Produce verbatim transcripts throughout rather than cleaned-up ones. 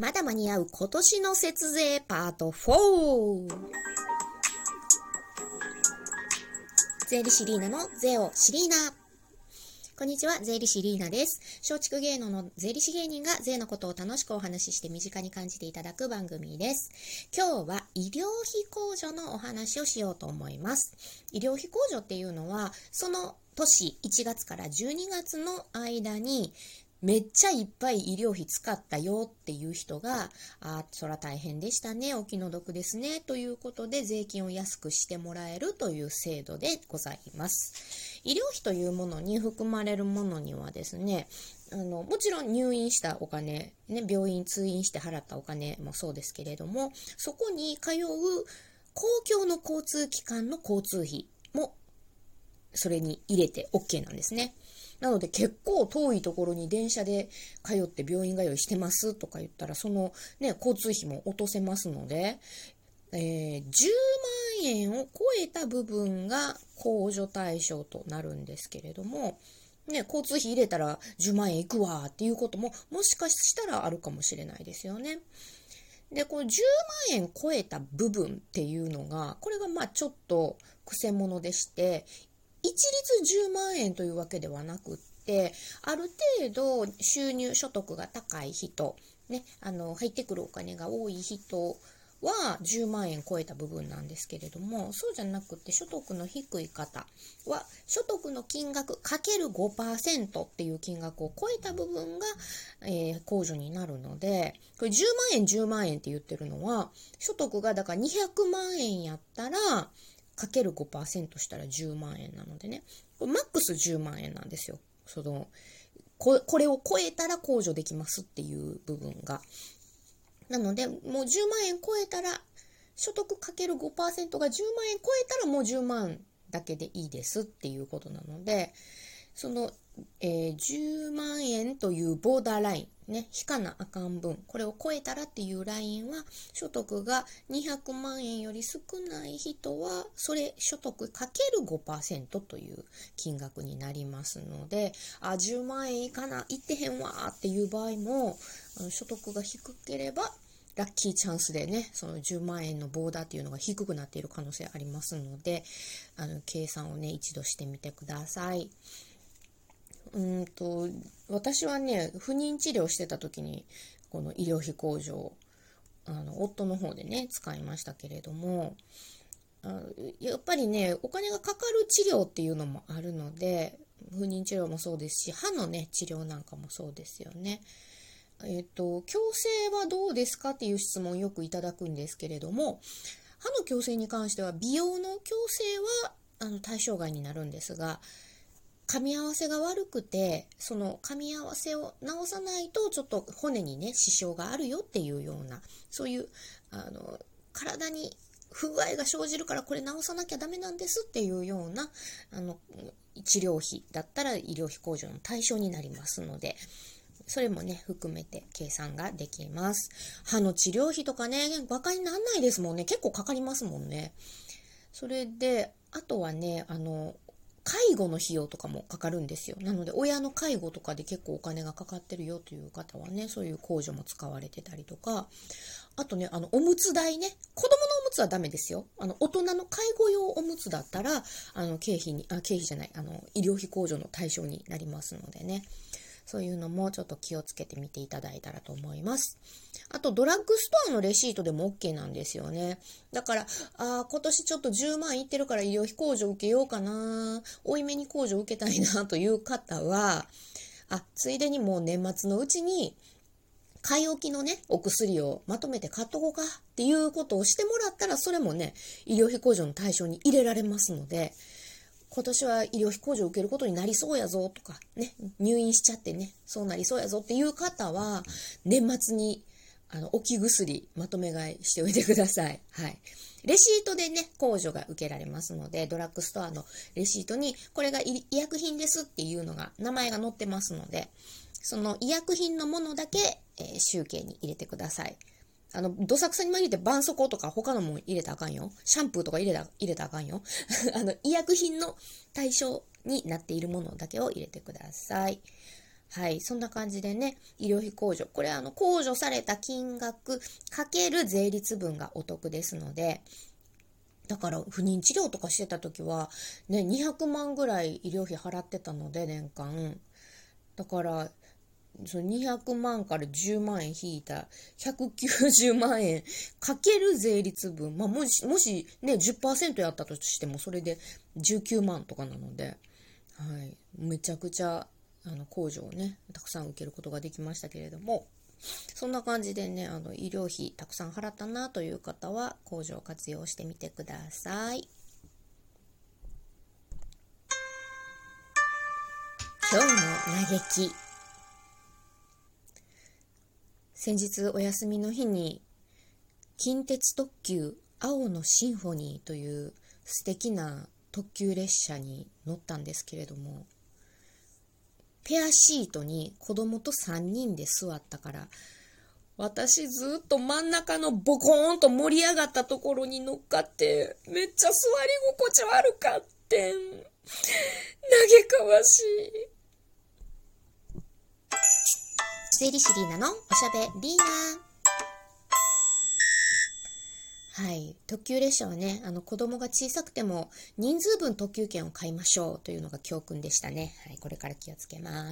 まだ間に合う今年の節税パートフォー。税理士リーナの税をシリーナ。こんにちは、税理士リーナです。松竹芸能の税理士芸人が税のことを楽しくお話しして身近に感じていただく番組です。今日は医療費控除のお話をしようと思います。医療費控除っていうのは、その年いちがつからじゅうにがつの間にめっちゃいっぱい医療費使ったよっていう人が、あ、そら大変でしたね、お気の毒ですね、ということで税金を安くしてもらえるという制度でございます。医療費というものに含まれるものにはですね、あのもちろん入院したお金、ね、病院通院して払ったお金もそうですけれども、そこに通う公共の交通機関の交通費もそれに入れて OK なんですね。なので結構遠いところに電車で通って病院通いしてますとか言ったら、そのね、交通費も落とせますので、えー、じゅうまんえんを超えた部分が控除対象となるんですけれども、ね、交通費入れたらじゅうまんえんいくわっていうことももしかしたらあるかもしれないですよね。で、このじゅうまんえん超えた部分っていうのが、これがまあちょっとくせ者でして、一律じゅうまんえんというわけではなくって、ある程度収入所得が高い人、ね、あの入ってくるお金が多い人はじゅうまんえん超えた部分なんですけれども、そうじゃなくて所得の低い方は所得の金額 かけるごパーセント っていう金額を超えた部分が、えー、控除になるので、これじゅうまんえんじゅうまんえんって言ってるのは、所得がだからにひゃくまんえんやったらかけるごパーセント したらじゅうまんえんなのでね、これマックスじゅうまんえんなんですよ。その こ, これを超えたら控除できますっていう部分が。なので、もうじゅうまんえん超えたら、所得かけるごパーセント がじゅうまんえん超えたらもうじゅうまんだけでいいですっていうことなので、その、えー、じゅうまんえんというボーダーライン、ね、引かなあかん分、これを超えたらっていうラインは、所得がにひゃくまんえんより少ない人は、それ所得かけるごパーセント という金額になりますので、あ、じゅうまんえんいかな、いってへんわっていう場合も、あの所得が低ければ、ラッキーチャンスでね、そのじゅうまんえんのボーダーっていうのが低くなっている可能性ありますので、あの計算をね、一度してみてください。うんと私はね、不妊治療してた時にこの医療費控除をあの夫の方でね使いましたけれども、あやっぱりね、お金がかかる治療っていうのもあるので、不妊治療もそうですし、歯のね治療なんかもそうですよね。えっと矯正はどうですかっていう質問をよくいただくんですけれども、歯の矯正に関しては美容の矯正はあの対象外になるんですが、噛み合わせが悪くて、その噛み合わせを直さないとちょっと骨にね支障があるよっていうような、そういうあの体に不具合が生じるからこれ直さなきゃダメなんですっていうようなあの治療費だったら医療費控除の対象になりますので、それもね含めて計算ができます。歯の治療費とかね、バカにならないですもんね。結構かかりますもんね。それであとはね、あの介護の費用とかもかかるんですよ。なので親の介護とかで結構お金がかかってるよという方はね、そういう控除も使われてたりとか、あとね、あのおむつ代ね、子供のおむつはダメですよ。あの大人の介護用おむつだったら、あの経費にあ経費じゃないあの医療費控除の対象になりますのでね、そういうのもちょっと気をつけてみていただいたらと思います。あとドラッグストアのレシートでも OK なんですよね。だから、あ今年ちょっとじゅうまんいってるから医療費控除受けようかな、多いめに控除受けたいなという方は、あついでにもう年末のうちに買い置きのねお薬をまとめて買っとこうかっていうことをしてもらったら、それもね医療費控除の対象に入れられますので、今年は医療費控除を受けることになりそうやぞとかね、入院しちゃってねそうなりそうやぞっていう方は、年末にあの置き薬まとめ買いしておいてください。はい。レシートでね控除が受けられますので、ドラッグストアのレシートにこれが医薬品ですっていうのが名前が載ってますので、その医薬品のものだけ、えー、集計に入れてください。あのどさくさに紛れて絆創膏とか他のもん入れたらあかんよ。シャンプーとか入れた入れたらあかんよ。あの医薬品の対象になっているものだけを入れてください。 はい、そんな感じでね、医療費控除。これあの、控除された金額かける税率分がお得ですので、だから不妊治療とかしてた時は、ね、にひゃくまんぐらい医療費払ってたので、年間。だから、そのにひゃくまんからじゅうまんえん引いたひゃくきゅうじゅうまんえんかける税率分、まあ、もし、もしね、じゅっパーセントやったとしても、それでじゅうきゅうまんとかなので、はい、めちゃくちゃ、あの、控除をね、たくさん受けることができましたけれども、そんな感じでね、あの、医療費たくさん払ったなという方は、控除を活用してみてください。今日の嘆き。先日お休みの日に近鉄特急青のシンフォニーという素敵な特急列車に乗ったんですけれども、ペアシートに子供とさんにんで座ったから、私ずっと真ん中のボコーンと盛り上がったところに乗っかってめっちゃ座り心地悪かってん。嘆かわしい。税理士リーナのおしゃべリーナ。はい、特急列車はね、あの子供が小さくても人数分特急券を買いましょうというのが教訓でしたね。はい、これから気をつけます。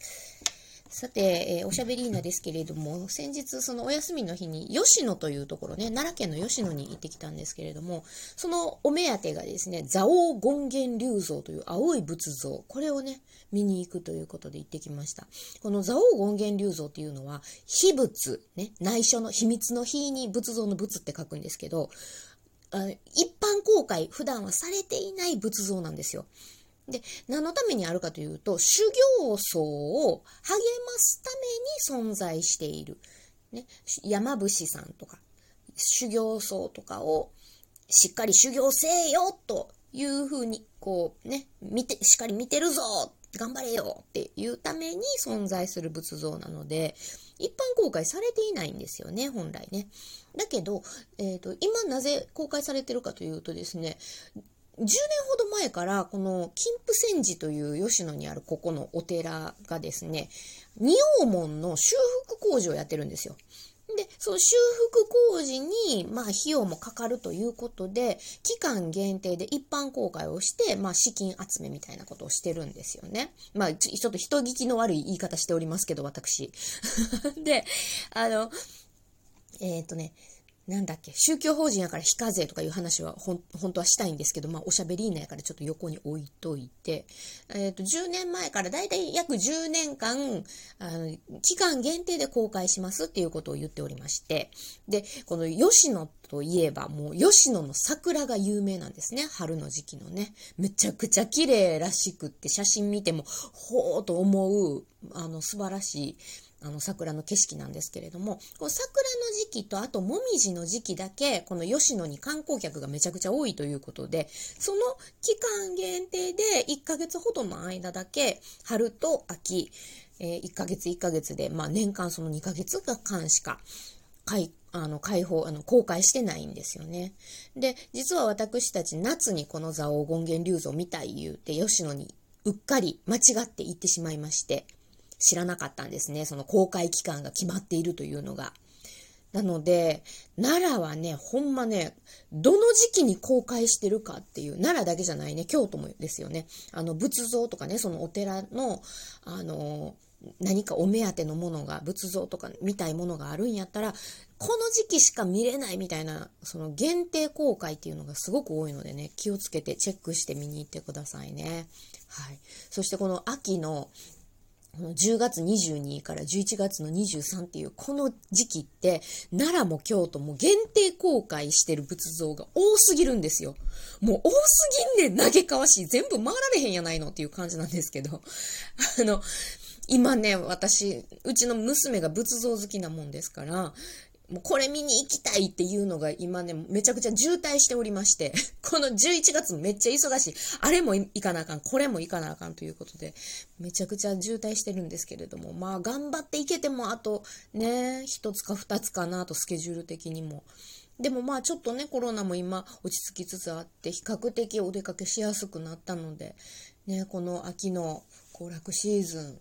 さて、えー、おしゃべりーなですけれども、先日そのお休みの日に吉野というところね、奈良県の吉野に行ってきたんですけれども、そのお目当てがですね、蔵王権現立像という青い仏像、これをね、見に行くということで行ってきました。この蔵王権現立像っていうのは、秘仏、ね、内緒の秘密の秘に仏像の仏って書くんですけど、あ一般公開、普段はされていない仏像なんですよ。で、何のためにあるかというと、修行僧を励ますために存在している。ね、山伏さんとか、修行僧とかをしっかり修行せえよというふうに、こうね、見て、しっかり見てるぞ頑張れよっていうために存在する仏像なので、一般公開されていないんですよね、本来ね。だけど、えっと、今なぜ公開されてるかというとですね、じゅうねんほど前からこの金峰山寺という吉野にあるここのお寺がですね、仁王門の修復工事をやってるんですよ。で、その修復工事に、まあ、費用もかかるということで、期間限定で一般公開をして、まあ、資金集めみたいなことをしてるんですよね。まあ、ちょっと人聞きの悪い言い方しておりますけど、私。で、あの、えっとね、なんだっけ、宗教法人やから非課税とかいう話はほん本当はしたいんですけど、まあ、おしゃべりーなやからちょっと横に置いといて、えっと、じゅうねんまえからだいたい約じゅうねんかん、あの、期間限定で公開しますっていうことを言っておりまして、で、この吉野といえば、もう吉野の桜が有名なんですね。春の時期のね。めちゃくちゃ綺麗らしくって、写真見ても、ほーと思う、あの、素晴らしい、あの桜の景色なんですけれども、この桜の時期とあともみじの時期だけこの吉野に観光客がめちゃくちゃ多いということで、その期間限定でいっかげつほどの間だけ春と秋、えー、いっかげついっかげつで、まあ、年間そのにかげつ間しか開あの開放あの公開してないんですよね。で、実は私たち夏にこの蔵王権現立像見たい言うて吉野にうっかり間違って行ってしまいまして、知らなかったんですね。その公開期間が決まっているというのが。なので、奈良はね、ほんまね、どの時期に公開してるかっていう、奈良だけじゃないね、京都もですよね。あの、仏像とかね、そのお寺の、あの、何かお目当てのものが、仏像とか見たいものがあるんやったら、この時期しか見れないみたいな、その限定公開っていうのがすごく多いのでね、気をつけてチェックして見に行ってくださいね。はい。そしてこの秋の、じゅうがつにじゅうににからじゅういちがつのにじゅうさんっていうこの時期って奈良も京都も限定公開してる仏像が多すぎるんですよ。もう多すぎんねん、嘆かわしい。全部回られへんやないのっていう感じなんですけど。あの、今ね、私、うちの娘が仏像好きなもんですから、もうこれ見に行きたいっていうのが今ね、めちゃくちゃ渋滞しておりまして、このじゅういちがつもめっちゃ忙しい。あれも行かなあかん、これも行かなあかんということで、めちゃくちゃ渋滞してるんですけれども、まあ頑張って行けてもあとね、一つか二つかなとスケジュール的にも。でもまあちょっとね、コロナも今落ち着きつつあって、比較的お出かけしやすくなったので、ね、この秋の行楽シーズン、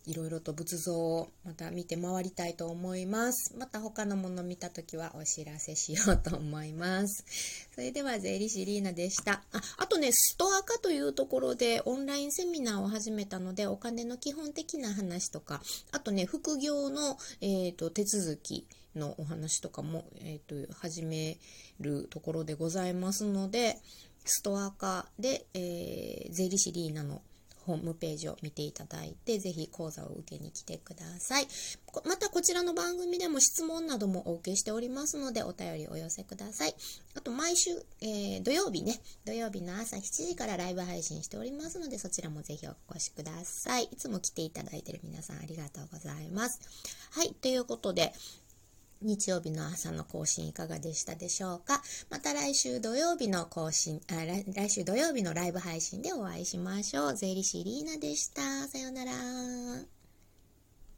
いろいろと仏像をまた見て回りたいと思います。また他のもの見たときはお知らせしようと思います。それでは税理士リーナでした。あ、あとね、ストア化というところでオンラインセミナーを始めたので、お金の基本的な話とか、あとね、副業の、えーと、手続きのお話とかも、えーと、始めるところでございますので、ストア化で、えー、税理士リーナのホームページを見ていただいて、ぜひ講座を受けに来てください。またこちらの番組でも質問などもお受けしておりますので、お便りお寄せください。あと毎週、えー、土曜日ね、土曜日の朝しちじからライブ配信しておりますので、そちらもぜひお越しください。いつも来ていただいている皆さんありがとうございます。はい、ということで、日曜日の朝の更新いかがでしたでしょうか。また来週土曜日の更新、あ、来、来週土曜日のライブ配信でお会いしましょう。税理士リーナでした。さようなら。